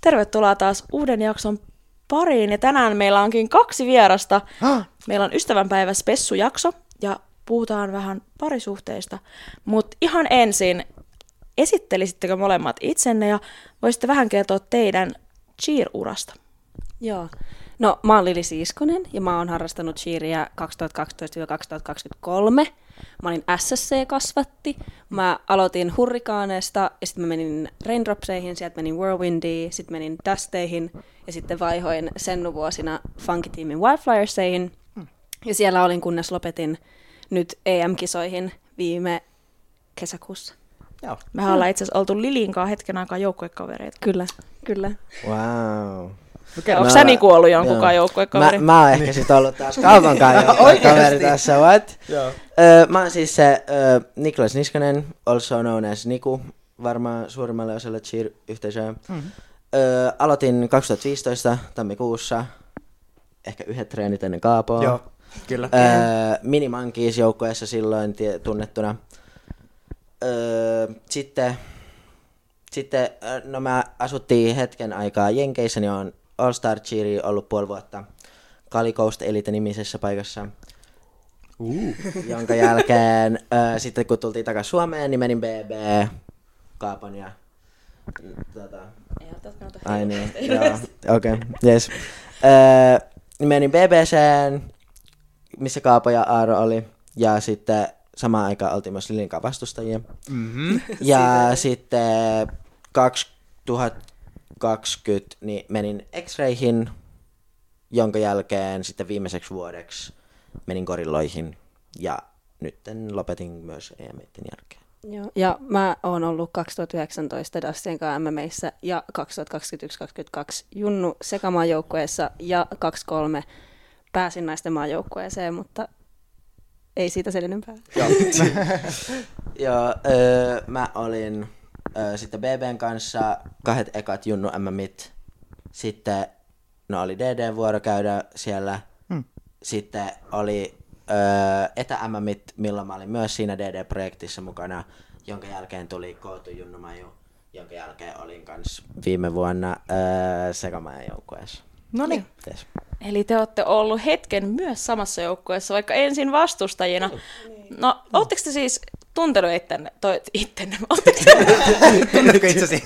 Tervetuloa taas uuden jakson pariin. Ja tänään meillä onkin 2 vierasta. Meillä on ystävänpäivä spessujakso ja puhutaan vähän parisuhteista. Mutta ihan ensin, esittelisittekö molemmat itsenne ja voisitte vähän kertoa teidän cheer-urasta? Joo. No, mä oon Lili Siiskonen ja mä oon harrastanut cheeriä 2012-2023. Mä olin SSC-kasvatti. Mä aloitin Hurrikaaneesta ja sitten mä menin Raindropseihin, sieltä menin Whirlwindiin, sitten menin Dusteihin ja sitten vaihoin sennuvuosina Funky-tiimin Wildflyerseihin. Ja siellä olin, kunnes lopetin nyt EM-kisoihin viime kesäkuussa. Joo. Mehän ollaan itse asiassa oltu Lilin kanssa hetken aikaa joukkuekavereita. Kyllä. Wow. Onko sä niinku ollut jonkunkaan joukkuekaveri? Mä oon ehkä sit ollut taas kaupankaan joukkuekaveri tässä, what? Mä oon siis se Niklas Niskanen, also known as Niku, varmaan suurimmalle osalle cheer-yhteisöä. Aloitin 2015 tammikuussa, ehkä 1 treenit ennen Kaapoa. Joo, kyllä. Mini Monkeys joukkueessa silloin tunnettuna. Sitten no mä asuttiin hetken aikaa Jenkeissä, niin on All Star Cheeri ollut 5 vuotta Cali Coast Elite-nimisessä paikassa. Jonka jälkeen sitten kun tultiin takaisin Suomeen, niin menin BB, Kaapon ja ai niin, joo, okei, jes. Menin BBCen, missä Kaapo ja Aaro oli, ja sitten samaan aikaan oltiin myös Lilinkaan vastustajia. Ja sitten 2020 niin menin X-Rayhin, jonka jälkeen sitten viimeiseksi vuodeksi menin Gorilloihin ja nyt lopetin myös EM-itten jälkeen. Joo. Ja mä oon ollut 2019 Dustien kanssa MMA:ssä ja 2021-2022 Junnu sekamaajoukkueessa ja 23 pääsin naisten maajoukkueeseen, mutta ei siitä sen enempää. Joo, mä olin sitten BBn kanssa 2 ekat Junnu MMit. Sitten oli DD-vuoro käydä siellä. Sitten oli etä-MMit, milloin mä olin myös siinä DD-projektissa mukana, jonka jälkeen tuli Kootu Junnumaju, jonka jälkeen olin kans viime vuonna Sekamäen joukkueessa. Noniin. Yes. Eli te olette ollut hetken myös samassa joukkueessa, vaikka ensin vastustajina. No, ootteko te siis tuntenut ittenne? Tunnetko itsesi?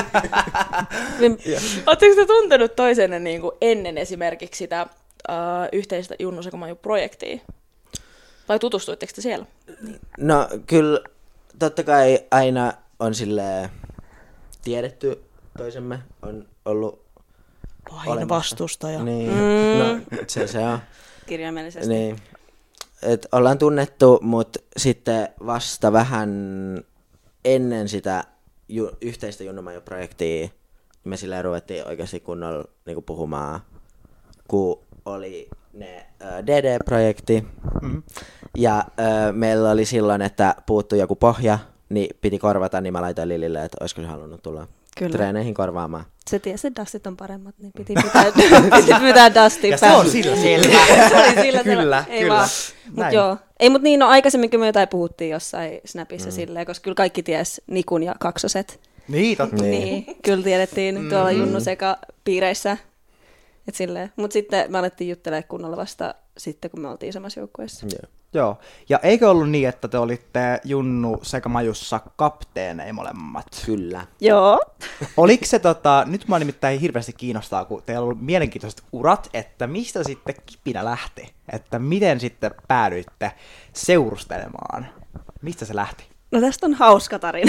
Ootteko te tuntenut toisenne niin kuin ennen esimerkiksi sitä yhteistä Junnu Sekamaju-projektia? Vai tutustuitteko te siellä? No kyllä, totta kai aina on silleen tiedetty toisemme, on ollut Pahin vastustaja. Niin, no se on. Kirjaimellisesti. Niin. Et ollaan tunnettu, mutta sitten vasta vähän ennen sitä yhteistä Junnumajo-projektia me sillä ruvettiin oikeasti kunnolla niinku puhumaan, kun oli ne DD-projekti. Ja meillä oli silloin, että puuttui joku pohja, niin piti korvata, niin mä laitoin Lilille, että olisiko se halunnut tulla treeneihin korvaamaan. Se tiesi, että Dustit on paremmat, niin piti pyytää Dustin ja se on sillä selvä. Se oli sillä Kyllä. Mut joo. Ei, mut niin, no aikaisemminkin me jotain puhuttiin jossain Snapissa silleen, koska kyllä kaikki ties Nikun ja kaksoset. Niin, totta. Niin, kyllä tiedettiin tuolla Junnu sekä piireissä. Et silleen. Mut sitten me alettiin juttelemaan kunnolla vasta sitten, kun me oltiin samassa joukkueessa. Joo. Ja eikö ollut niin, että te olitte Junnu sekä Majussa kapteeneja molemmat? Kyllä. Joo. Oliko se, nyt mä nimittäin hirveästi kiinnostaa, kun teillä on ollut mielenkiintoiset urat, että mistä sitten kipinä lähti? Että miten sitten päädyitte seurustelemaan? Mistä se lähti? No tästä on hauska tarina.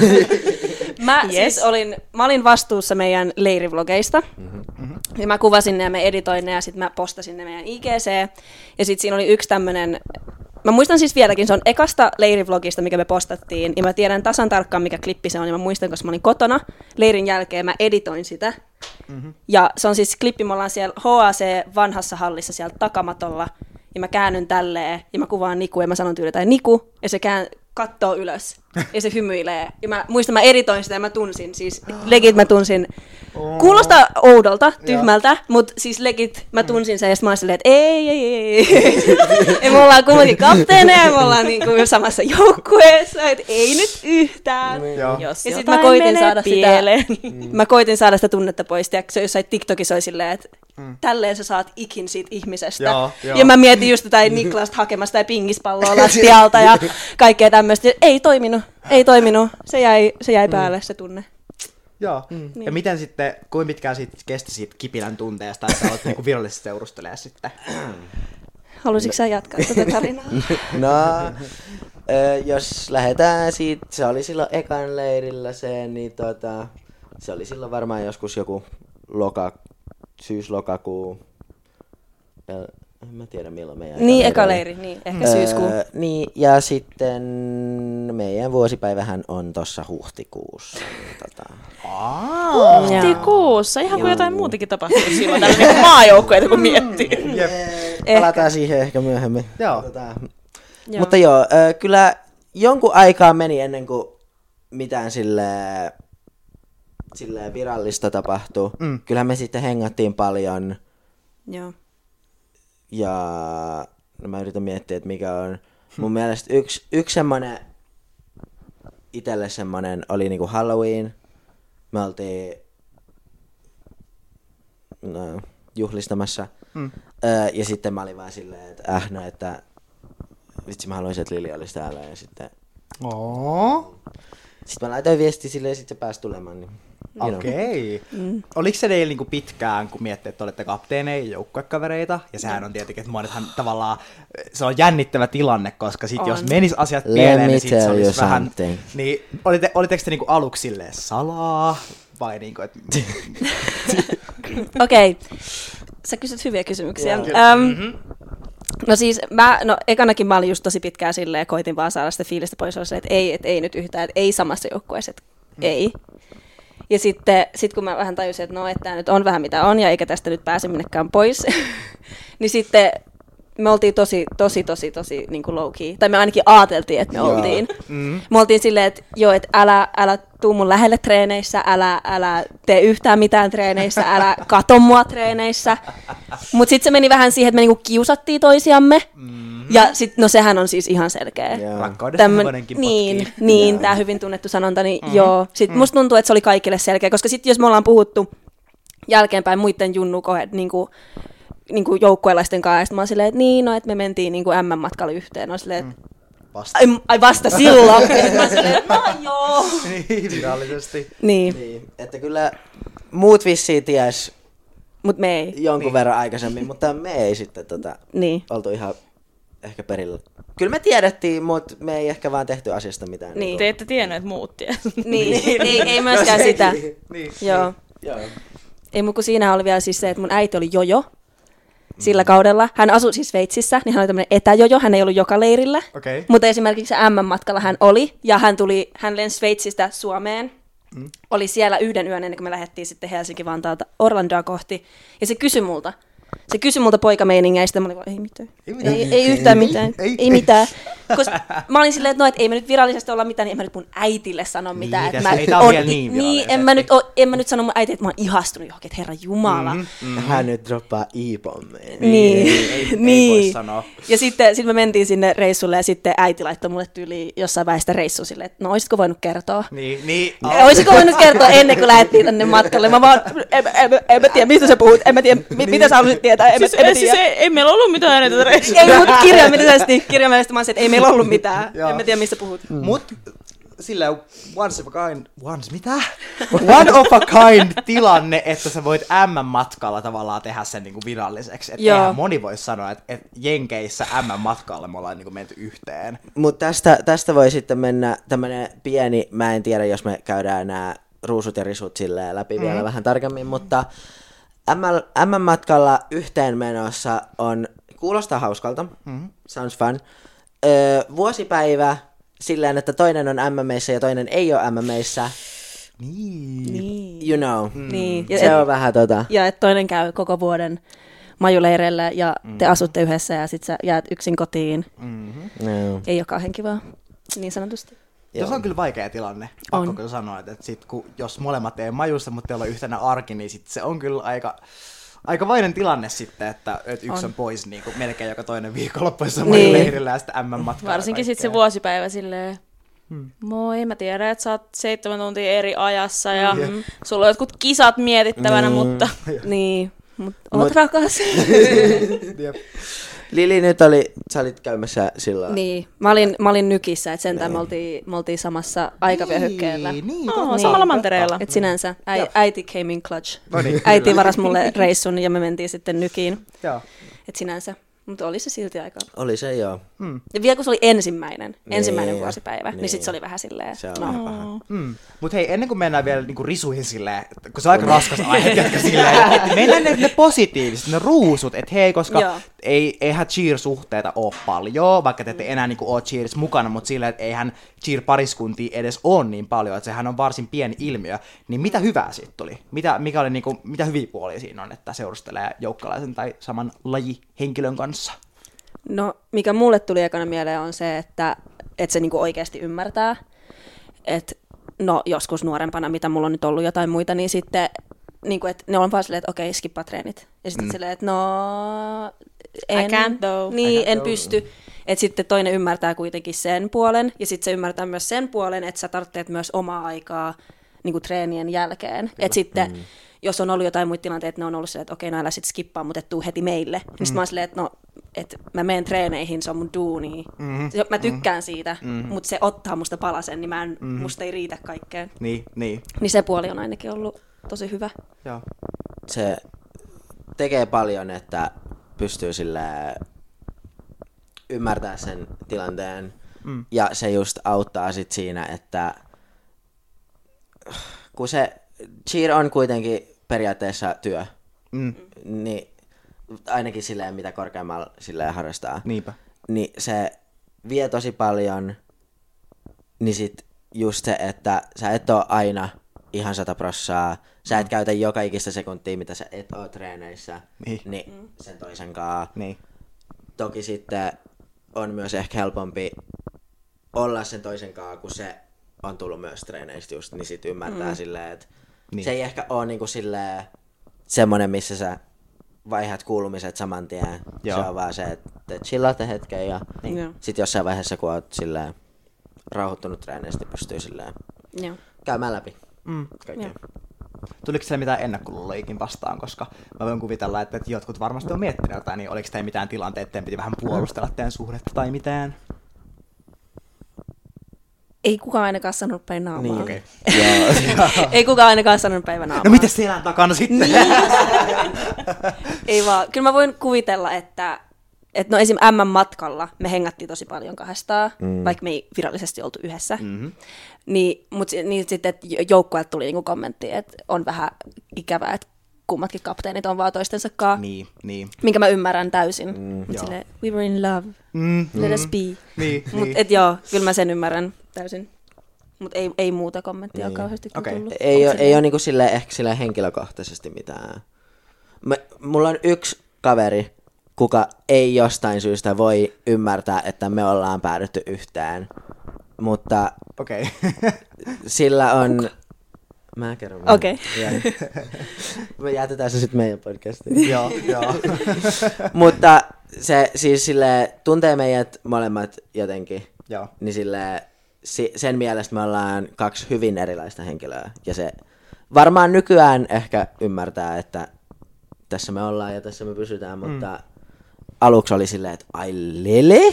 Mä olin vastuussa meidän leirivlogeista. Ja mä kuvasin ne ja me editoin ne ja sitten mä postasin ne meidän IGC. Ja sitten siinä oli yksi tämmönen, mä muistan siis vieläkin, se on ekasta leirivlogista, mikä me postattiin. Ja mä tiedän tasan tarkkaan, mikä klippi se on. Ja mä muistan, koska mä olin kotona leirin jälkeen, mä editoin sitä. Ja se on siis klippi, me ollaan siellä HAC vanhassa hallissa siellä takamatolla. Ja mä käännyn tälleen ja mä kuvaan Niku ja mä sanon tyyliin, Niku. Ja se kattoo ylös. ja se hymyilee. Ja mä muistan, mä editoin sitä ja mä tunsin, siis legit mä tunsin. Kuulostaa oudolta, tyhmältä, mutta siis legit mä tunsin sen ja mä olin silleen, että ei. Ja me ollaan kumminkin kapteeneja ja me ollaan niinku samassa joukkueessa, että ei nyt yhtään. Jos Ja sit jotain mä koitin menee saada pieleen. mä koitin saada sitä tunnetta pois, ja se jossain TikTokissa oli silleen, että tälleen sä saat ikin siitä ihmisestä. Joo. Ja mä mietin just tätä Niklasta hakemasta ja pingispalloa lattialta ja kaikkea tämmöistä. Ei toiminut. Se jäi päälle se tunne. Joo. Ja miten sitten, kuinka pitkään kesti siitä kipinän tunteesta, että olet niinku virallisesti seurustelemaan sitten? Haluaisitko sä jatkaa tätä tarinaa? No, jos lähdetään siitä, se oli silloin ekan leirillä se, niin se oli silloin varmaan joskus joku syys-lokakuu. En mä tiedä milloin meidän Niin, eka leiri, niin, ehkä syyskuu. Niin, ja sitten meidän vuosipäivähän on tossa huhtikuussa. Huhtikuussa, ihan kuin jotain muutakin tapahtuu silloin tällä niin maajoukkueita, kun miettii. Palataan siihen ehkä myöhemmin. Joo. Joo. Mutta joo, kyllä jonkun aikaa meni ennen kuin mitään silleen virallista tapahtui. Kyllä me sitten hengattiin paljon. Joo. Ja no mä yritän miettiä, että mikä on. Mun mielestä yksi semmonen, itelle semmonen oli niinku Halloween. Me oltiin juhlistamassa. Ja sitten mä olin vaan silleen, että että vitsi mä haluaisin, että Lili olisi täällä. Ja sitten mä laitoin viesti silleen ja sitten se pääsi tulemaan. Niin, Okei. Oliko se teillä niinku pitkään, kun miettii, että olette kapteeneja ja joukkuekavereita? Ja sehän on tietenkin, että monethan tavallaan, se on jännittävä tilanne, koska sit jos menis asiat pieleen, niin sit se olisi vähän... something. Niin, olitteko te niinku aluksi silleen salaa? Vai niinku, että... Okei. Sä kysyt hyviä kysymyksiä. No siis, ekanakin mä olin just tosi pitkään silleen, koitin vaan saada sitä fiilistä pois, että ei nyt yhtään, että ei samassa joukkueessa, että ei. Ja sitten kun mä vähän tajusin, että että tämä nyt on vähän mitä on, ja eikä tästä nyt pääse minnekään pois, niin sitten me oltiin tosi niin kuin low key. Tai me ainakin ajateltiin, että me oltiin. Me oltiin silleen, että joo, että älä tuu mun lähelle treeneissä, älä tee yhtään mitään treeneissä, älä kato mua treeneissä. Mutta sitten se meni vähän siihen, että me niinku kiusattiin toisiamme. Ja sitten, no sehän on siis ihan selkeä. Rakkaudessa hevonenkin potkii. Niin, tämä hyvin tunnettu sanonta, niin joo. Sitten musta tuntuu, että se oli kaikille selkeä, koska sitten jos me ollaan puhuttu jälkeenpäin muiden junnukohet, niinku joukkueelaisten kanssa, ja sitten mä oon silleen, että että me mentiin niinku M-matkalle yhteen. Oon silleen, vasta silloin. Mä oon silleen, joo. Niin, virallisesti. Niin. Että kyllä muut vissiin ties Mut me ei. jonkun verran aikaisemmin, mutta me ei sitten oltu ihan ehkä perillä. Kyllä me tiedettiin, mutta me ei ehkä vaan tehty asiasta mitään. Niin. Te ette tiennyt, että muut ties. Niin, ei myöskään sitä. Niin. Joo. Ei kun siinä oli vielä siis se, että mun äiti oli jojo sillä kaudella. Hän asui siis Sveitsissä, niin hän oli tämmöinen etäjojo, hän ei ollut joka leirillä. Okay. Mutta esimerkiksi M-matkalla hän oli, ja hän lensi Sveitsistä Suomeen. Oli siellä yhden yön ennen kuin me lähdettiin sitten Helsinki-Vantaalta Orlandoa kohti. Ja se kysyi multa poikameiningeistä. Mä olin vaan, ei mitään. Ei yhtään mitään. Ei mitään. Koska mä olin silleen, että ei me nyt virallisesti olla mitään, niin en mä nyt mun äitille sano mitään. En mä nyt sano mun äitille, että mä oon ihastunut johonkin, että herra jumala. Hän nyt droppaa i-pommeen. Niin. Ei voi sanoa. Ja sitten me mentiin sinne reissulle ja sitten äiti laittoi mulle tyyliin jossain vaiheessa reissuun silleen, että no olisitko voinut kertoa? Niin. Olisiko voinut kertoa ennen kuin lähdettiin tänne matkalle? Mä vaan, en mä tiedä, mistä sä puhut, en mä tiedä, mitä sä haluaisit tietää, en mä tiedä. Ei meillä ollut mitään ennen tätä reissua. Ei, mutta kirjaimellisesti mä olisin, että ei meillä ollut mitään. En mä tiedä, mistä puhut. Mut silleen one of a kind tilanne, että sä voit M-matkalla tavallaan tehdä sen niinku viralliseksi. Että eihän moni voi sanoa, että Jenkeissä M-matkalla me ollaan niinku menty yhteen. Mutta tästä voi sitten mennä tämmönen pieni, mä en tiedä jos me käydään nämä ruusut ja risut silleen läpi vielä vähän tarkemmin, mutta M-matkalla yhteen menossa kuulostaa hauskalta, sounds fun. Vuosipäivä silleen, että toinen on MM:issä ja toinen ei ole MM:issä. Niin. You know. Niin. Se on vähän Ja että toinen käy koko vuoden majuleireillä ja te asutte yhdessä ja sit sä jäät yksin kotiin. No. Ei ole kauhean kivaa, niin sanotusti. Se on kyllä vaikea tilanne, pakko kyllä sanoa, että sit, jos molemmat ei majusta, mutta teillä on yhtenä arki, niin sit se on kyllä aika vainen tilanne sitten, että yksi on pois niin kuin melkein joka toinen viikonloppu samalla leirillä ja sitten MM-matkalla. Varsinkin sitten se vuosipäivä silleen, moi, mä tiedän, että sä oot 7 tuntia eri ajassa ja sulla on jotkut kisat mietittävänä, mutta... Niin, mutta oot rakas. Lili, nyt sä olit käymässä silloin. Niin, mä olin Nykissä, että sentään me oltiin samassa aikavyöhykkeellä. Samalla mantereella. Et sinänsä äiti came in clutch. Äiti varas mulle reissun ja me mentiin sitten Nykiin. Joo. Et sinänsä. Mutta oli se silti aika... Oli se, joo. Ja vielä kun se oli ensimmäinen vuosipäivä, niin sitten se oli vähän silleen... Se on vähän. Mutta hei, ennen kuin mennään vielä niinku risuihin silleen, kun se on aika raskas aihe, tiedätkö silleen, että mennään ne positiiviset, ne ruusut, että hei, koska eihän cheer-suhteita ole paljon, vaikka te ette enää niinku ole cheerissä mukana, mutta silleen, että eihän cheer-pariskuntia edes ole niin paljon, että sehän on varsin pieni ilmiö, niin mitä hyvää siitä tuli? Mikä oli niinku, mitä hyviä puolia siinä on, että seurustelee joukkalaisen tai saman lajihenkilön kanssa? No, mikä mulle tuli ekana mieleen on se, että se niinku oikeasti ymmärtää, että no joskus nuorempana, mitä mulla on nyt ollut jotain muita, niin sitten niinku, että ne on vaan silleen, että okei, skippaa treenit. Ja sitten silleen, että no... I can't though. Niin, en pysty. Että sitten toinen ymmärtää kuitenkin sen puolen, ja sitten se ymmärtää myös sen puolen, että sä tarvitset myös omaa aikaa niinku treenien jälkeen. Että sitten... Jos on ollut jotain muita tilanteita, että ne on ollut silleen, että okei, no älä sit skippaa, mutta et tuu heti meille. Niin sit mä oon silleen, että no, että mä menen treeneihin, se on mun duuni. Mä tykkään siitä, mutta se ottaa musta palasen, niin musta ei riitä kaikkeen. Niin. Niin se puoli on ainakin ollut tosi hyvä. Joo. Se tekee paljon, että pystyy silleen ymmärtää sen tilanteen. Ja se just auttaa sit siinä, että kun se cheer on kuitenkin periaatteessa työ, niin ainakin silleen, mitä korkeammalla silleen harrastaa. Niinpä. Niin se vie tosi paljon, niin sit just se, että sä et oo aina ihan 100%, sä et käytä joka ikistä sekuntia, mitä sä et oo treeneissä, niin sen toisen kaa. Niin. Toki sitten on myös ehkä helpompi olla sen toisen kaa, kun se on tullut myös treeneistä just, niin sit ymmärtää silleen, että se ei ehkä oo niinku silleen semmonen, missä sä vaihdat kuulumiset saman tien. Joo. Se on vaan se, että chillaatte hetken ja sit jossain vaiheessa, kun oot silleen rauhoittunut treeneistä, niin pystyy silleen käymään läpi kaikkea. Tuliko siellä mitään ennakkoluuloikin vastaan, koska mä voin kuvitella, että jotkut varmasti on miettinyt jotain, niin oliko teillä mitään tilanteita, että piti vähän puolustella teidän suhdetta tai mitään? Ei kukaan ainakaan sanonut päin naamaa. Niin. Okei. Ei kukaan ainakaan sanonut päivän naamaa. No mitäs siellä takana sitten? Ei vaan. Kyllä mä voin kuvitella, että no esim. M-matkalla me hengattiin tosi paljon kahdestaan, vaikka me ei virallisesti oltu yhdessä. Mutta sitten joukkueelta tuli niinku kommentti, että on vähän ikävää, että kummatkin kapteenit on vaan toistensa kaa. Niin. Minkä mä ymmärrän täysin. Silleen, we were in love, let us be. Mut et joo, kyllä mä sen ymmärrän täysin. Mutta ei muuta kommenttia kauheasti tullut. Ei ole niinku silleen, ehkä silleen henkilökohtaisesti mitään. Mulla on yksi kaveri, kuka ei jostain syystä voi ymmärtää, että me ollaan päädytty yhteen. Mutta sillä on... Mä kerron. Okei. Me jätetään se sitten meidän podcastiin. Joo. Mutta se siis silleen tuntee meidät molemmat jotenkin. Joo. Niin silleen sen mielestä me ollaan kaksi hyvin erilaista henkilöä. Ja se varmaan nykyään ehkä ymmärtää, että tässä me ollaan ja tässä me pysytään, mutta aluksi oli silleen, että ai Lili?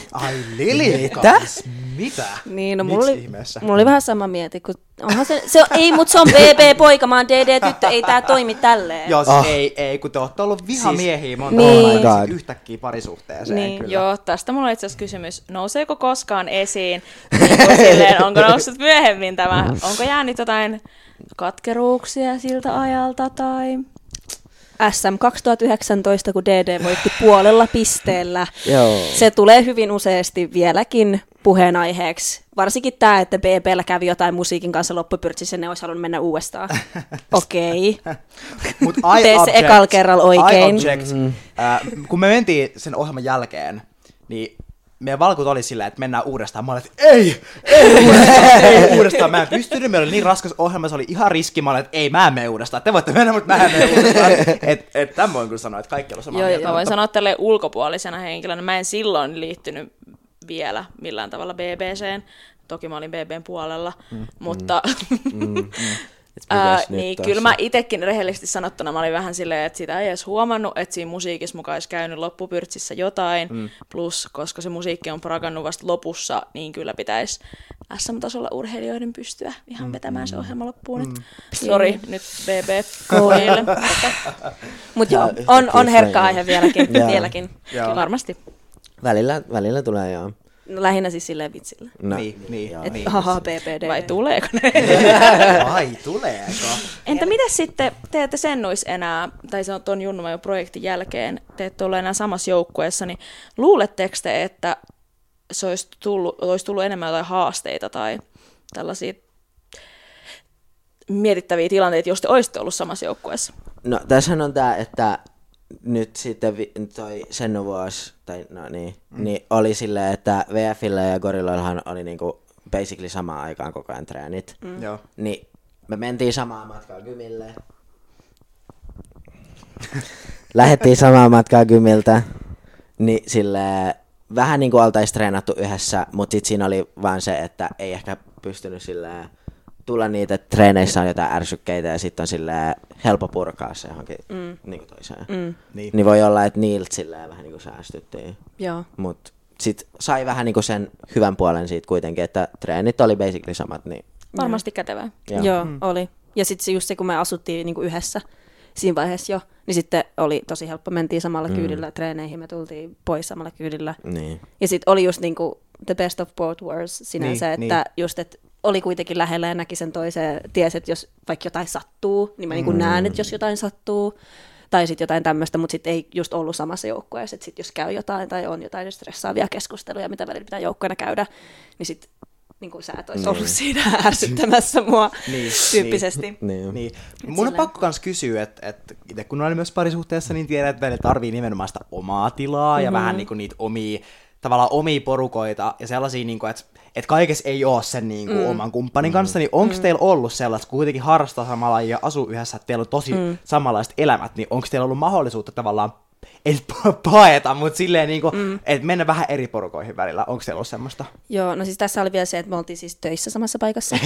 Mitä? Niin, no mulla oli vähän sama mieti, kun onhan mutta se on BB-poika, mä oon DD-tyttö, ei tää toimi tälleen. Jos ei, kun te ootte ollut vihamiehiä monta yhtäkkiä parisuhteeseen. Niin. Kyllä. Joo, tästä mulla on itse asiassa kysymys. Nouseeko koskaan esiin? Niin silleen, onko noussut myöhemmin tämä? Onko jäänyt jotain katkeruuksia siltä ajalta tai... SM 2019, kun DD voitti puolella pisteellä. Joo. Se tulee hyvin useasti vieläkin puheenaiheeksi. Varsinkin tämä, että BB:llä kävi jotain musiikin kanssa loppupyrtsissä, ne olisi halunnut mennä uudestaan. Okei. Tee se ekalla kerralla oikein. Kun me mentiin sen ohjelman jälkeen, niin meidän valkut oli silleen, että mennään uudestaan. Mä olin, että ei uudestaan. Mä en pystynyt, meillä oli niin raskas ohjelma, se oli ihan riski. Mä olin, että ei, mä en mene uudestaan. Te voitte mennä, mutta mä en mene uudestaan. Tämän voin kyllä sanoa, että kaikki on samaa mieltä. Mä voin sanoa tälleen ulkopuolisena henkilönä, mä en silloin liittynyt vielä millään tavalla BBCen. Toki mä olin BBn puolella, mutta niin kyllä mä itekin rehellisesti sanottuna mä olin vähän silleen, että sitä ei edes huomannut, että siinä musiikissa mukaan olisi käynyt loppupyrtsissä jotain, plus koska se musiikki on prakannut vasta lopussa, niin kyllä pitäisi SM-tasolla urheilijoiden pystyä ihan vetämään se ohjelma loppuun. Sori, nyt BB koille. Mutta joo, on herkkä aihe vieläkin. Kyllä varmasti. Välillä tulee joo. No, lähinnä siis silleen vitsillä. No, Niin. Että haha, PPD. Vai tuleeko ne? Vai tuleeko? Entä miten sitten te ette sennuis enää, tai se on tuon Junnumajo projektin jälkeen, te ette ole enää samassa joukkueessa, niin luuletteko te, että se olisi tullut enemmän jotain haasteita tai tällaisia mietittäviä tilanteita, jos te olisitte ollut samassa joukkueessa? No tässähän on tää, että nyt sitten toi Sennu-vuosi, tai no niin oli silleen, että VFillä ja Gorillallahan oli niinku basically samaan aikaan koko ajan treenit. Joo. Niin me mentiin samaan matkaa gymille. Lähettiin samaan matkaa gymiltä. Niin silleen vähän niinku oltais treenattu yhdessä, mutta sit siinä oli vaan se, että ei ehkä pystynyt silleen tulla niitä, että treeneissä on jotain ärsykkeitä ja sitten on silleen helppo purkaa se johonkin niinku toiseen. Niin voi olla, että niiltä silleen vähän niinku säästyttiin. Joo. Mut sit sai vähän niinku sen hyvän puolen siitä kuitenkin, että treenit oli basically samat. Niin Varmasti kätevää. Joo, oli. Ja sitten just se, kun me asuttiin niinku yhdessä siinä vaiheessa jo, niin sitten oli tosi helppo. Mentiin samalla kyydillä treeneihin, me tultiin pois samalla kyydillä. Niin. Ja sitten oli just niinku the best of both worlds sinänsä, että just, että oli kuitenkin lähellä ja näki sen toiseen, tiesi, että jos vaikka jotain sattuu, niin mä niinku näen, että jos jotain sattuu, tai sitten jotain tämmöistä, mutta sitten ei just ollut samassa joukkueessa, että sitten jos käy jotain tai on jotain stressaavia keskusteluja, mitä välillä pitää joukkueena käydä, niin sitten niin sä et olisi ollut siinä ärsyttämässä mua tyyppisesti. Niin. Mun on pakko kans kysyä, että itse kun olen myös parisuhteessa, niin tiedän, että meille tarvii nimenomaan sitä omaa tilaa ja vähän niinku niitä omia porukoita ja sellaisia, niinku, että kaikessa ei ole sen niinku oman kumppanin kanssa, niin onko teillä ollut sellaista, kun kuitenkin harrastaa samalla ja asuu yhdessä, että teillä on tosi samanlaiset elämät, niin onko teillä ollut mahdollisuutta tavallaan, ei paeta, mutta silleen niinku, että mennä vähän eri porukoihin välillä. Onko teillä ollut semmoista? Joo, no siis tässä oli vielä se, että me oltiin siis töissä samassa paikassa.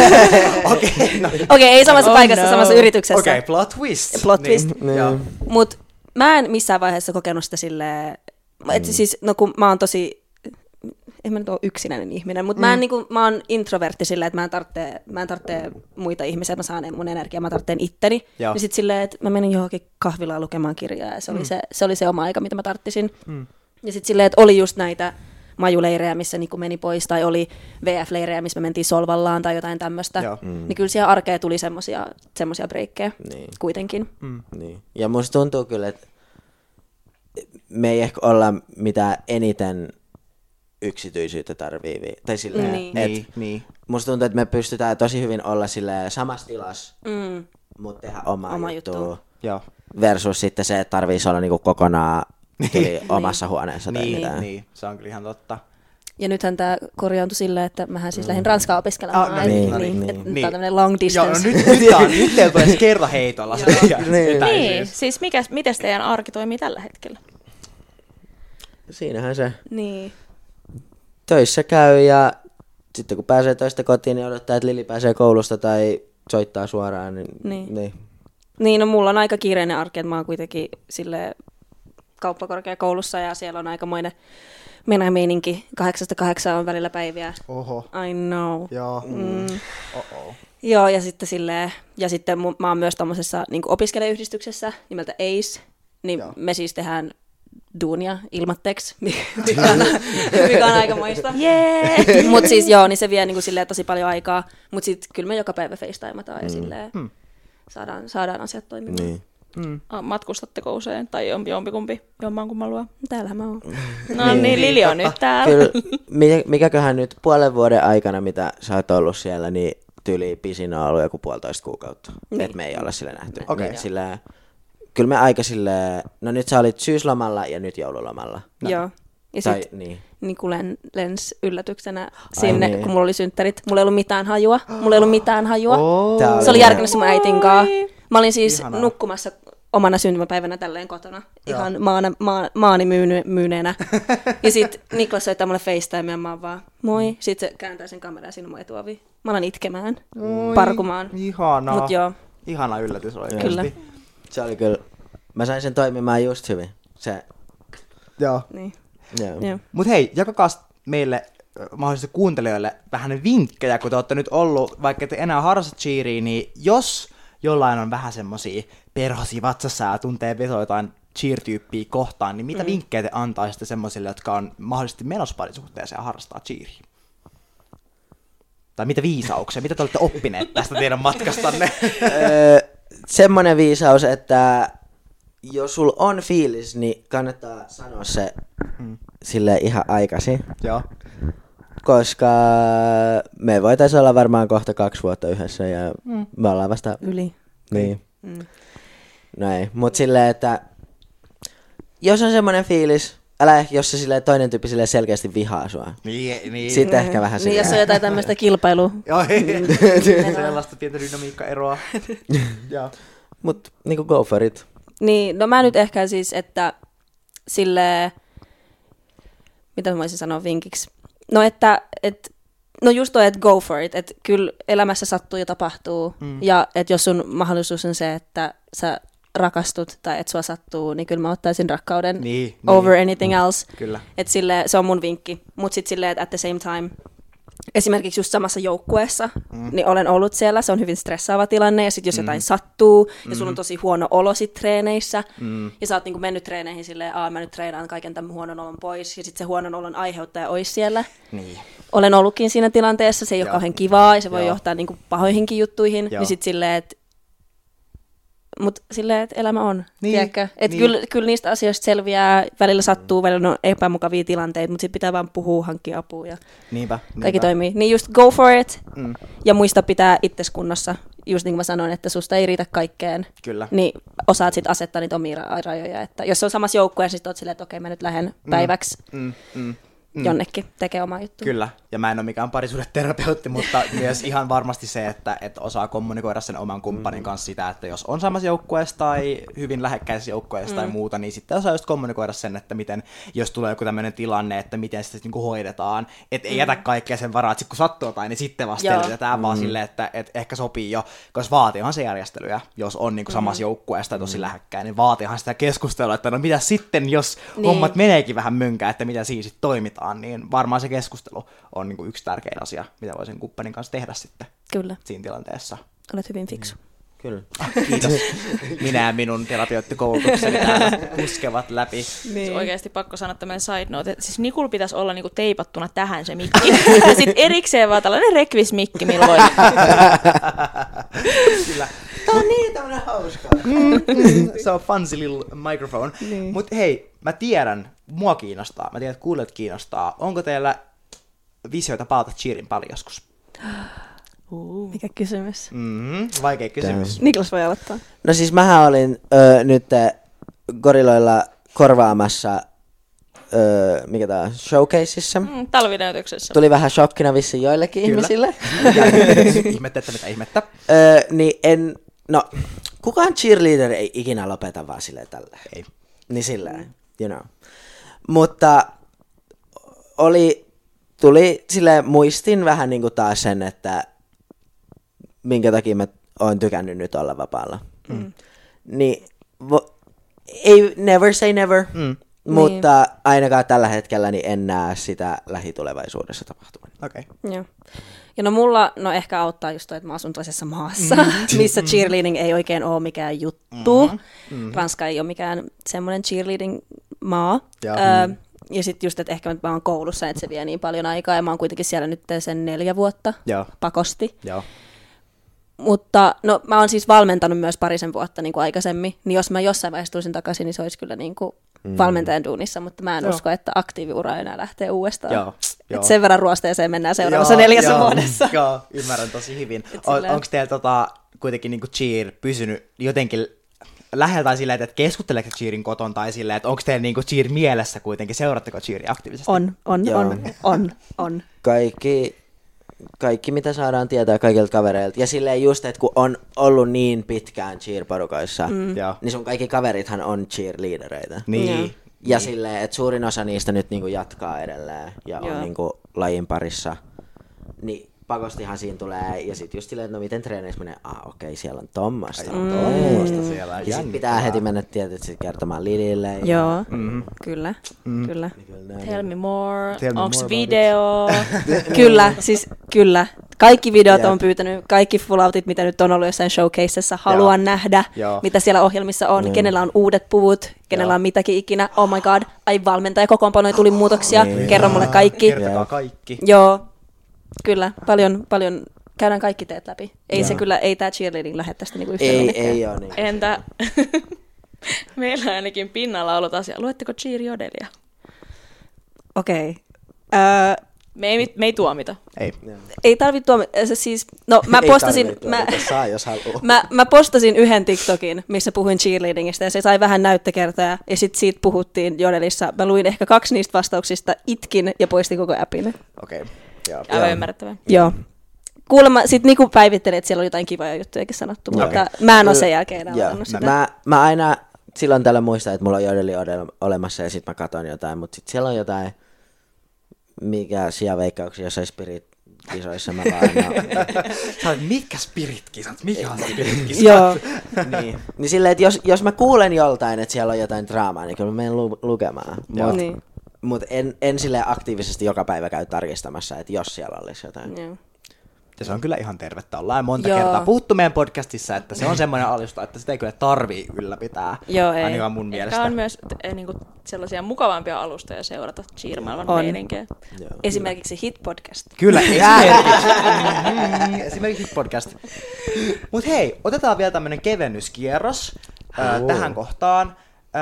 Okei, ei samassa paikassa, samassa yrityksessä. Okei, plot twist. Plot twist. Mut mä en missään vaiheessa kokenut sitä silleen, että siis, no kun mä oon tosi, en mä nyt ole yksinäinen ihminen, mutta mä oon introvertti silleen, että mä en tarvitse muita ihmisiä, että mä saan mun energiaa, mä tarvitsen itteni. Niin sit silleen, että mä menin johonkin kahvilaan lukemaan kirjaa ja se oli se oma aika, mitä mä tarttisin. Ja sit silleen, että oli just näitä majuleirejä, missä niinku meni pois, tai oli VF-leirejä, missä me mentiin Solvallaan tai jotain tämmöistä. Niin kyllä siellä arkeen tuli semmosia breikkejä kuitenkin. Niin. Ja musta tuntuu kyllä, että me ei ehkä olla mitään eniten yksityisyyttä tarvii. Tai silleen, niin. Musta tuntuu, että me pystytään tosi hyvin olla silleen samassa tilassa, mutta tehdä omaa juttua. Versus sitten se, että tarvitsisi olla niinku kokonaan omassa huoneessa tai mitään. Niin, se on kyllä ihan totta. Ja nythän tämä korjaantui silleen, että mähän siis lähdin Ranskaan opiskelemaan. Niin. Tämä on tämmöinen long distance. Joo, no nyt teillä tulee kertaheitolla. Niin, siis miten teidän arki toimii tällä hetkellä? Siinähän se Niin. töissä käy ja sitten kun pääsee töistä kotiin, niin odottaa, että Lili pääsee koulusta tai soittaa suoraan. Niin, no mulla on aika kiireinen arki, että mä oon kuitenkin silleen kauppakorkeakoulussa ja siellä on aikamoinen meininki. 8-8 on välillä päiviä. Oho. I know. Joo. Joo, ja sitten silleen, ja sitten mä oon myös tommosessa niin opiskelijayhdistyksessä nimeltä ACE, niin me siis tehdään duunia ilmatteeksi, mikä on aikamoista. Mutta siis joo, niin se vie niin kuin silleen tosi paljon aikaa, mutta sitten kyllä me joka päivä facetimataan ja silleen saadaan asiat toimimaan. Niin. Matkustatteko usein? Tai jompikumpi, jommankumman luo? Täällähän mä oon. No niin, Lili on nyt täällä. Kyllä, mikäköhän nyt puolen vuoden aikana, mitä sä oot ollut siellä, niin tyyli pisin on ollut joku 1,5 kuukautta. Että me ei olla sille nähty. Okei. Kyllä me aika silleen, no nyt sä olit syyslomalla ja nyt joululomalla. Joo. Ja Tai, sit niin. Niku lens yllätyksenä sinne, niin. kun mulla oli synttärit. Mulla ei ollut mitään hajua. Oh. Tää Se oli järkynyt mun äitin kanssa. Mä olin siis Ihanaa. nukkumassa omana syntymäpäivänä tälleen kotona. Ihan maani myyneenä. Ja sit Niklas soittaa mulle FaceTime ja mä oon vaan moi. Sitten se kääntää sen kameraa sinne mun etuovi. Mä alan itkemään, parkumaan. Ihanaa. Mut joo, Ihana yllätys oikeasti. kyllä. Se oli kyllä, mä sain sen toimimaan just hyvin. Se, Joo. Niin. joo. Joo. Mut hei, jakakaa meille mahdollisesti kuuntelijoille vähän vinkkejä, kun te olette nyt ollut, vaikka te enää harrasta cheeria, niin jos jollain on vähän semmosia perhosia vatsassa ja tuntee vetoa jotain cheer-tyyppiä kohtaan, niin mitä vinkkejä te antaisitte semmosille, jotka on mahdollisesti menossa parisuhteeseen ja harrastaa cheeria? Tai mitä viisauksia, mitä te olette oppineet tästä teidän matkastanne? Semmonen viisaus, että jos sul on fiilis, niin kannattaa sanoa se sille ihan aikaisin. Joo. Koska me voitaisiin olla varmaan kohta 2 vuotta yhdessä ja me ollaan vasta... Yli. Niin. No ei, mut silleen, että jos on semmonen fiilis, älä ehkä, jos se silleen toinen tyyppi silleen selkeästi vihaa sua. Niin. Sitten ehkä vähän Niin, jos on jotain tämmöistä kilpailua. Joo, sellaista pientä dynamiikkaeroa. Joo. Mut niinku go for it. Niin, no mä nyt ehkä siis, että silleen, mitä mä voisin sanoa vinkiksi? No no just toi, että go for it, että kyllä elämässä sattuu ja tapahtuu, ja että jos sun mahdollisuus on se, että sä rakastut tai että sua sattuu, niin kyllä mä ottaisin rakkauden Niin, over anything else. Kyllä. Että se on mun vinkki, mutta sitten silleen, että at the same time, esimerkiksi just samassa joukkueessa, niin olen ollut siellä, se on hyvin stressaava tilanne, ja sitten jos jotain sattuu, ja sulla on tosi huono olo sit treeneissä, ja sä oot niinku mennyt treeneihin silleen, mä nyt treenaan kaiken tämän huonon olon pois, ja sitten se huonon olon aiheuttaja olisi siellä. Niin. Olen ollutkin siinä tilanteessa, se ei ole kauhean kivaa, ja se voi Joo. johtaa niinku pahoihinkin juttuihin, Joo. niin sitten silleen, että että elämä on, Niin, tiedätkö? Että niin. kyllä niistä asioista selviää, välillä sattuu, välillä on epämukavia tilanteita, mutta sitten pitää vaan puhua, hankkia apua ja Niinpä. kaikki toimii. Niin just go for it ja muista pitää itses kunnossa. Just niin kuin mä sanoin, että susta ei riitä kaikkeen. Kyllä. Niin osaat sitten asettaa niitä omia rajoja. Että jos on samassa joukkueessa, niin oot silleen, että okei, mä nyt lähden päiväksi jonnekin tekee omaa juttua. Kyllä, ja mä en ole mikään parisuhdeterapeutti, mutta myös ihan varmasti se, että osaa kommunikoida sen oman kumppanin kanssa sitä, että jos on samassa joukkueessa tai hyvin lähekkäisessä joukkueessa tai muuta, niin sitten osaa just kommunikoida sen, että miten, jos tulee joku tämmöinen tilanne, että miten sitä niinku hoidetaan, että ei jätä kaikkea sen varaa, että sit kun sattuu jotain, niin sitten vasta selvitetään vaan silleen, että ehkä sopii jo, koska vaatiihan se järjestelyä, jos on niinku samassa joukkueessa tai tosi lähekkäin, niin vaatiihan sitä keskustelua, että no mitä sitten, jos hommat meneekin vähän mönkään, että mitä siinä sitten toimitaan, niin varmaan se keskustelu on niin kuin yksi tärkein asia, mitä voi sen kumppanin kanssa tehdä sitten Kyllä, siinä tilanteessa. olet hyvin fiksu. Kyllä. Kiitos. Minä ja minun terapeuttikoulutukseni täällä puskevat läpi. Niin. Oikeasti pakko sanoa tämmöinen side note, että siis Nikul pitäisi olla niinku teipattuna tähän se mikki. Ja sitten erikseen vaan tällainen rekvismikki, millä voi... Kyllä. Tää on niin tämmönen hauska. Se on fancy little microphone. Niin. Mutta hei, mä tiedän, mua kiinnostaa, mä tiedän, että kuulijat kiinnostaa. Onko teillä visioita palata cheerin paljon joskus? Mikä kysymys? Vaikea kysymys. Niklas voi aloittaa. No siis mähän olin nyt Goriloilla korvaamassa, mikä tää on, showcaseissa. Talvinäytöksessä. Tuli vähän shokkina vissiin joillekin ihmisille. Ihmettä, että mitä ihmettä. Niin kukaan cheerleader ei ikinä lopeta vaan silleen tälleen. Ei. Niin silleen, you know. Mutta tuli silleen, muistin vähän niinku taas sen, että minkä takia mä oon tykännyt nyt olla vapaalla. Niin, ei never say never, mutta ainakaan tällä hetkellä niin en näe sitä lähitulevaisuudessa tapahtuvan. Okei. Joo. Ja no mulla ehkä auttaa just toi, että mä asun toisessa maassa, missä cheerleading ei oikein ole mikään juttu. Ranska ei ole mikään semmoinen cheerleading-maa. Ja sitten just, että ehkä mä oon koulussa, että se vie niin paljon aikaa, ja mä oon kuitenkin siellä nyt sen 4 vuotta pakosti. Joo. Mutta no, mä oon siis valmentanut myös parisen vuotta niin kuin aikaisemmin, niin jos mä jossain vaiheessa tulisin takaisin, niin se olisi kyllä niin kuin valmentajan duunissa, mutta mä en usko, että aktiiviura enää lähtee uudestaan. Joo. Et sen verran ruosteeseen mennään seuraavassa 4 vuodessa. Joo, ymmärrän tosi hyvin. Onko teillä kuitenkin niinku cheer pysynyt jotenkin läheltä silleen, että keskusteleeko cheerin koton tai silleen, että onko teillä niinku cheer mielessä kuitenkin, seuratteko cheeria aktiivisesti? On. Kaikki, mitä saadaan tietää kaikilta kavereilta. Ja silleen just, että kun on ollut niin pitkään cheer-porukoissa, niin sun kaikki kaverithan on cheerleadereita. Niin. Ja silleen, että suurin osa niistä nyt niinku jatkaa edelleen ja on niinku lajin parissa. Niin pakostihan siinä tulee, ja sit just silleen, että no miten treeneissä menee, okei, siellä on tommosta. Siellä. Ja sit pitää heti mennä tietysti kertomaan Lilille. Joo, kyllä. Tell me more. Tell me Onks more video? Kyllä. Kaikki videot on pyytänyt, kaikki falloutit, mitä nyt on ollut jossain showcaseissa, haluan nähdä, mitä siellä ohjelmissa on, kenellä on uudet puvut, kenellä on mitäkin ikinä. Oh my god, ai valmentaja kokoonpanoja tuli muutoksia, kerro mulle kaikki. Kertokaa kaikki. Joo, kyllä, paljon käydään kaikki teet läpi. Ei tää cheerleading lähde tästä niinku yhtään minnekään. Ei oo niin. Entä meillä on ainakin pinnalla ollut asia. Luetteko cheer-jodelia? Okei. Me ei tuomita. Ei tarvitse tuomita. Siis, no mä postasin... Saa, jos haluaa. Mä postasin yhden TikTokin, missä puhuin cheerleadingistä, ja se sai vähän näyttökertoja, ja sitten siitä puhuttiin jodelissa. Mä luin ehkä 2 niistä vastauksista, itkin ja poistin koko appin. Okei. Aivan ymmärrettävää. Joo. Kuulemma sit Niku päivitteli, että siellä oli jotain kivoja juttujakin sanottu, mutta mä en ole sen jälkeen enää ottanut sitä. Mä aina silloin tällä muistan, että mulla on jodeli olemassa ja sit mä katon jotain, mutta sit siellä on jotain, mikä sijaveikkauksia jossain spirit-kisoissa mä vaan Mitkä spirit-kisat? Mikä on spirit-kisat? Joo. niin silleen, että jos mä kuulen joltain, että siellä on jotain draamaa, niin kyllä mä menen lukemaan. Mutta en silleen aktiivisesti joka päivä käy tarkistamassa, että jos siellä olisi jotain. Joo. Ja se on kyllä ihan tervettä. Ollaan monta kertaa puhuttu meidän podcastissa, että se on semmoinen alusta, että sitä ei kyllä tarvii ylläpitää. Joo, ei. Ainakaan mun mielestä. Ehkä on myös niinku sellaisia mukavampia alustoja seurata cheer-maailman meininkiä. Esimerkiksi Hit Podcast. Kyllä, esimerkiksi Hit Podcast. Mut hei, otetaan vielä tämmönen kevennyskierros tähän kohtaan.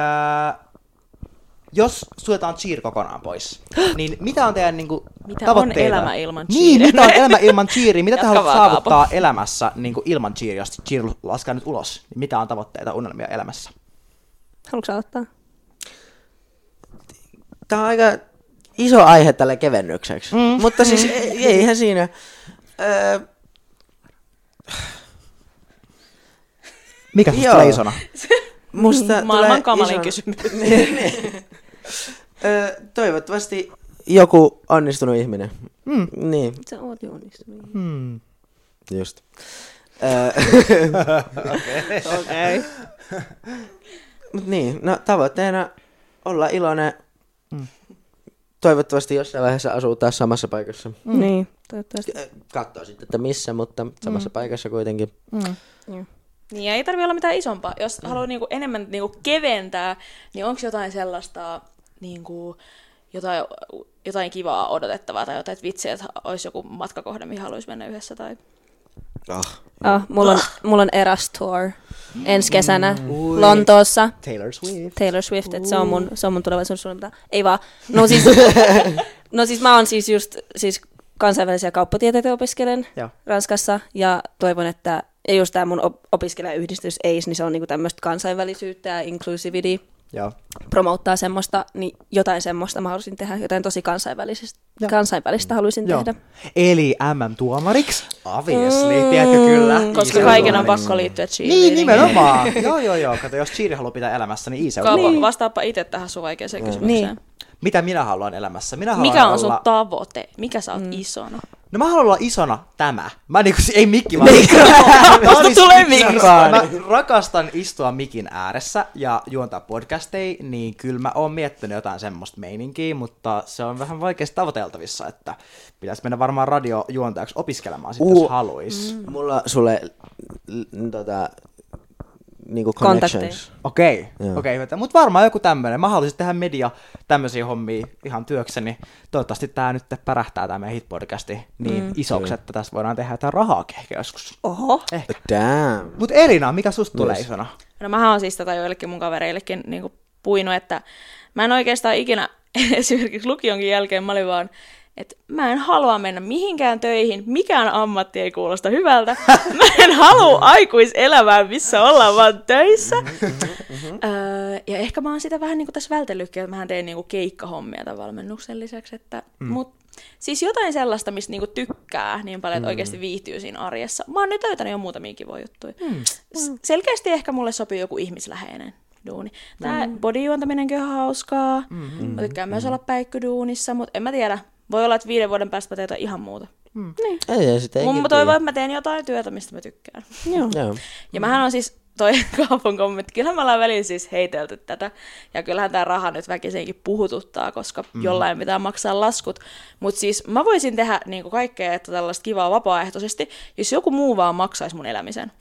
Jos suljetaan cheer kokonaan pois, niin mitä on teidän niinku tavoitteita? On elämä ilman cheeria? Niin, mitä on elämä ilman cheeria? Mitä te haluatte saavuttaa elämässä niinku ilman cheeria, jos cheer laskaa nyt ulos? Niin mitä on tavoitteita, unelmia elämässä? Haluatko aloittaa? Tämä on aika iso aihe tälle kevennykseksi, mutta siis eihän siinä. Mikä susta tulee isona? Maailman kamalin kysymys. Toivottavasti joku onnistunut ihminen. Niin. Sä oot jo onnistunut. Just. Okei. Mut niin, no tavoitteena olla iloinen. Toivottavasti jossain vaiheessa asuu taas samassa paikassa. Niin, toivottavasti. Katsoo sitten, että missä, mutta samassa paikassa kuitenkin. Niin, ja ei tarvitse olla mitään isompaa. Jos haluaa niinku enemmän niinku keventää, niin onko jotain sellaista niinku, jotain kivaa odotettavaa tai jotain, että vitsi, että olisi joku matkakohde, mihin haluaisi mennä yhdessä? Tai... Mulla on Eras Tour ensi kesänä Lontoossa. Taylor Swift, että se on mun tulevaisuussuunnitelma. Ei vaan. No siis mä oon siis just kansainvälisiä kauppatieteitä opiskelen Ranskassa ja toivon, että ja just tää mun opiskelijayhdistys ACE, niin se on niinku tämmöistä kansainvälisyyttä ja inclusivity. Promouttaa semmoista, niin jotain semmoista mä haluaisin tehdä, jotain tosi kansainvälistä haluaisin tehdä. Eli MM-tuomariksi? Obviously, tiedätkö kyllä. Koska kaiken on pakko liittyä cheeriin. Niin, nimenomaan. joo. Kato, jos cheeri haluaa pitää elämässä, niin se on. Niin. Vastaappa itse tähän sun vaikeaseen kysymykseen. Niin. Mitä minä haluan elämässä? Mikä on sun tavoite? Mikä sä oot isona? No mä haluan olla isona tämä. Mä niinku, ei mikki, vaan tulee mikki. Mä rakastan istua mikin ääressä ja juontaa podcasteja, niin kyllä mä oon miettinyt jotain semmoista meininkiä, mutta se on vähän vaikeasti tavoiteltavissa, että pitäisi mennä varmaan radiojuontajaksi opiskelemaan sit, jos haluis. Mulla sulle niinku connections. Okei, mutta varmaan joku tämmönen. Mä haluaisin tehdä media tämmöisiä hommia ihan työkseni. Toivottavasti tää nyt pärähtää tää meidän hit-podcasti niin isoksi, että tästä voidaan tehdä jotain rahaa ehkä joskus. Oho. Ehkä. Damn. Mut Elina, mikä susta tulee isona? No mähän on siis joillekin mun kavereillekin niinku puinut, että mä en oikeastaan ikinä esimerkiksi lukionkin jälkeen mä olin vaan, että mä en halua mennä mihinkään töihin, mikään ammatti ei kuulosta hyvältä. Mä en halua aikuiselämään, missä ollaan vaan töissä. Ja ehkä mä oon sitä vähän niin kuin tässä vältellytkin, että mä tein niin kuin keikkahommia tämän valmennuksen lisäksi. Mut siis jotain sellaista, mistä niinku tykkää niin paljon, että oikeasti viihtyy siinä arjessa. Mä oon nyt löytänyt jo muutamia kivoja juttuja. Selkeästi ehkä mulle sopii joku ihmisläheinen duuni. Tää bodyjuontaminenkin on hauskaa. Mä tykkään myös olla päikkyduunissa, mutta en mä tiedä. Voi olla, että 5 vuoden päästä mä teen jotain ihan muuta. Niin. Ei, Mä toivon, että mä teen jotain työtä, mistä mä tykkään. Joo. Ja mähän on siis toi Kaapon kommentti. Kyllähän me ollaan välillä siis heitelty tätä. Ja kyllähän tää raha nyt väkisinkin puhututtaa, koska jollain pitää maksaa laskut. Mutta siis mä voisin tehdä niinku kaikkea, että tällaista kivaa vapaaehtoisesti, jos joku muu vaan maksaisi mun elämisen.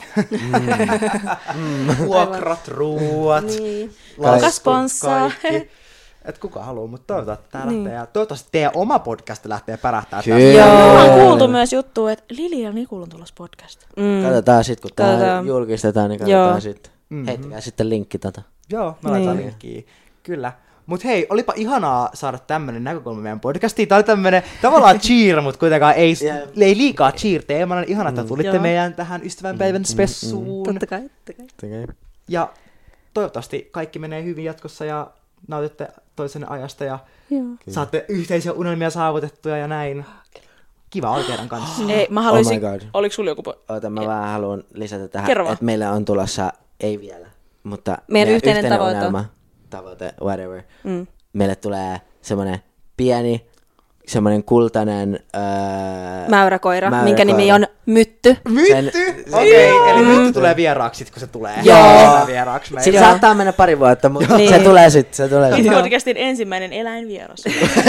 Vuokrat, ruuat, Kuka sponssaa? Et kuka haluaa, mutta toivotaan, että tää lähtee. Ja toivottavasti teidän oma podcast lähtee pärähtää. Kyllä. Me ollaan kuultu myös juttua, että Lili ja Nikul on tulossa podcast. Katsotaan sitten, kun tää julkistetaan, niin katsotaan sitten. Heittäkää sitten linkki tätä. Joo, me laitetaan linkkiä. Kyllä. Mut hei, olipa ihanaa saada tämmönen näkökulma meidän podcastiin. Tää oli tämmönen tavallaan cheer, mutta kuitenkaan ei liikaa cheer-teemana. Ihana, että tulitte meidän tähän ystävänpäivän spessuun. Totta kai. Ja toivottavasti kaikki menee hyvin jatkossa ja nautitte toisenne ajasta ja saatte yhteisiä unelmia saavutettuja ja näin. Kiva olla teidän kanssa. Ei, mä haluaisin, oliko sulla joku Oota, mä vähän haluan lisätä tähän, Kerro. että meillä on tulossa, ei vielä, mutta meidän yhteinen tavoite. unelma, tavoite, whatever. Meille tulee semmoinen pieni, semmoinen kultainen mäyräkoira, minkä nimi on Mytty. Mytty? Okei, eli Mytty tulee vieraaksi, kun se tulee. Joo. Vieraaksi meille. Sillä saattaa mennä pari vuotta, mutta se tulee sitten. podcastin ensimmäinen eläinvieras.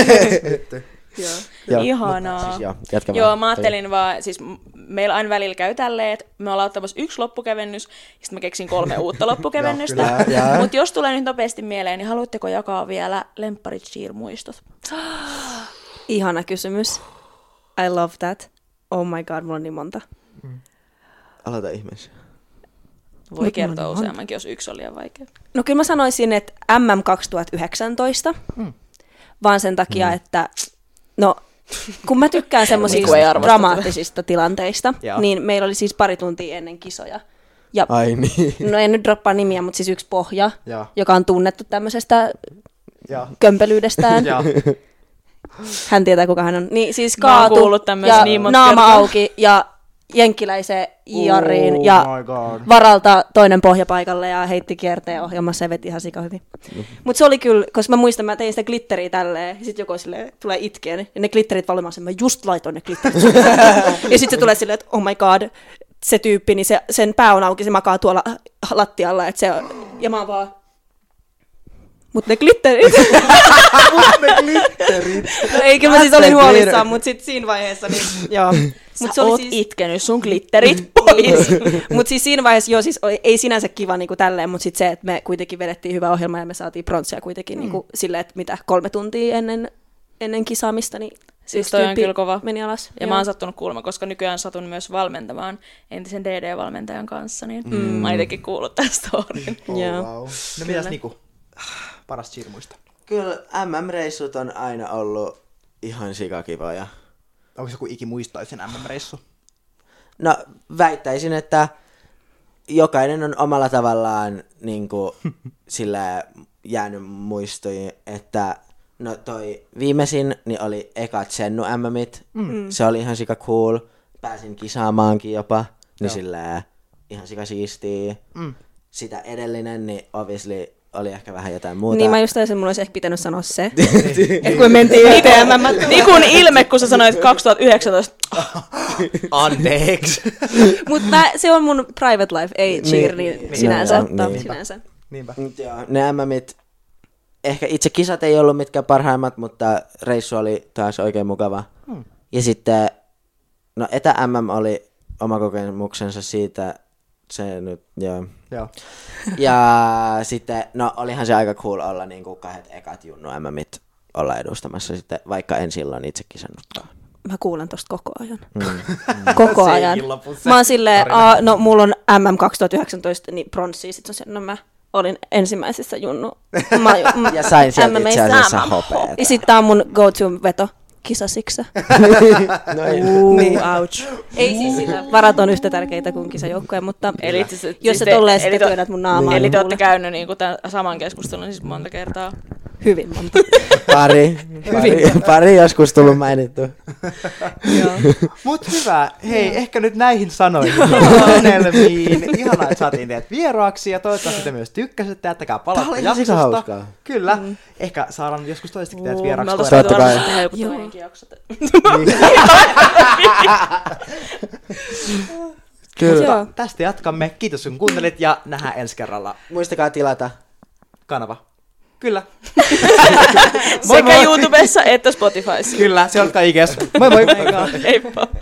Ihanaa. Siis joo, mä ajattelin vaan, siis meillä aina välillä käy tälleen, että me ollaan ottamassa 1 loppukevennys, ja sitten mä keksin 3 uutta loppukevennystä. Mutta jos tulee nyt nopeasti mieleen, niin haluatteko jakaa vielä lempparit cheer-muistot? Ihana kysymys. I love that. Oh my god, mulla on niin monta. Aloita ihmeessä. Voi kertoa useammankin, jos yksi on liian vaikea. No kyllä mä sanoisin, että MM 2019, vaan sen takia, että no, kun mä tykkään semmoisista dramaattisista tilanteista, niin meillä oli siis 2 tuntia ennen kisoja. Ja, ai niin. No en nyt droppaa nimiä, mutta siis yksi pohja, joka on tunnettu tämmöisestä kömpelyydestään. Hän tietää, kuka hän on. Niin siis kaatu ja niin naama auki ja jenkkiläiseen IRiin ja varalta toinen pohjapaikalle ja heitti kierteen ohjelmassa ja veti ihan sika hyvin. Mutta se oli kyllä, koska mä muistan, mä tein sitä glitteriä tälleen ja sitten joku silleen tulee itkeen ja ne glitterit valimaan sen, mä just laitoin ne glitterit. Ja sitten se tulee silleen, että oh my god, se tyyppi, niin sen pää on auki, se makaa tuolla lattialla, että se on, ja mä oon vaan, mut ne glitterit. No ei, kyllä mä siis olin huolissaan, mut sit siinä vaiheessa, niin joo. Mut sä oot siis itkenyt sun glitterit pois. Mut siis siinä vaiheessa, joo, siis ei sinänsä kiva niinku tälleen, mut sit se, että me kuitenkin vedettiin hyvä ohjelma ja me saatiin pronssia kuitenkin niinku silleen, että mitä 3 tuntia ennen kisaamista, niin siis toi on kyllä kova. Meni alas. Ja mä oon sattunut kuulemaan, koska nykyään satun myös valmentamaan entisen DD-valmentajan kanssa, niin mä oon itekin kuullut tästä storin. Wow. No mitäs Niku? Paras cheer-muista. Kyllä MM-reissut on aina ollut ihan sikakivoja. Onko se joku ikimuistoisin MM-reissu? No väittäisin, että jokainen on omalla tavallaan niin kuin, sillä jäänyt muistoihin, että no toi viimeisin niin oli ekat Sennu MMit. Se oli ihan sika cool. Pääsin kisaamaankin jopa, niin sillä ihan sika siistiä. Sitä edellinen, niin obviously oli ehkä vähän jotain muuta. Niin mä just taisin, mulla olisi ehkä pitänyt sanoa se. Että kun mentiin yhteen Nikun ilme, kun sä sanoit 2019. Anteeksi. Mutta se on mun private life, ei cheer, niin sinänsä. Sinänsä. Niinpä. Ne MMit, ehkä itse kisat ei ollut mitkään parhaimmat, mutta reissu oli taas oikein mukava. Ja sitten, no etä-MM oli oma kokemuksensa siitä, se nyt, joo. Ja sitten, no olihan se aika cool olla niin kuin 2 ekat junnu MMit olla edustamassa sitten, vaikka en silloin itse kisannutkaan. Mä kuulen tosta koko ajan. Koko ajan. Mä oon silleen, no mulla on MM 2019, niin pronssia, sit on se, no mä olin ensimmäisessä junnu. Ja sain sieltä itse asiassa hopeeta. Ja sit tää on mun go-to-veto. kisasiksä. No ei. Niin. Ouch. Ei siis sillä. Varat on yhtä tärkeitä kuin kisajoukkue, mutta Eli jos se tolleen sitten työnnät mun naamaan. Eli niin te olette kuule. käynyt niinku tämän saman keskustelun siis monta kertaa. Hyvin monta. Pari joskus tullut mainittu. Joo. Mut hyvä. Hei, ehkä nyt näihin sanoihin tunnelmiin. Ihanaa, että saatiin teidät vieraaksi ja toivottavasti te myös tykkäsitte. Jättäkää Tää palautta oli ihan jaksosta. hauskaa. Kyllä. Ehkä saadaan joskus toistakin teidät Me vieraaksi. oltaisiin Totta voitu kai. varmasti tehdä joku toinenkin jakso. Kyllä. Joo. Tästä jatkamme. Kiitos kun kuuntelit ja nähdään ensi kerralla. Muistakaa tilata. Kanava. Kyllä. Sekä YouTubessa että Spotifyssa. Kyllä, se on IGS. Moi moi. Heippa.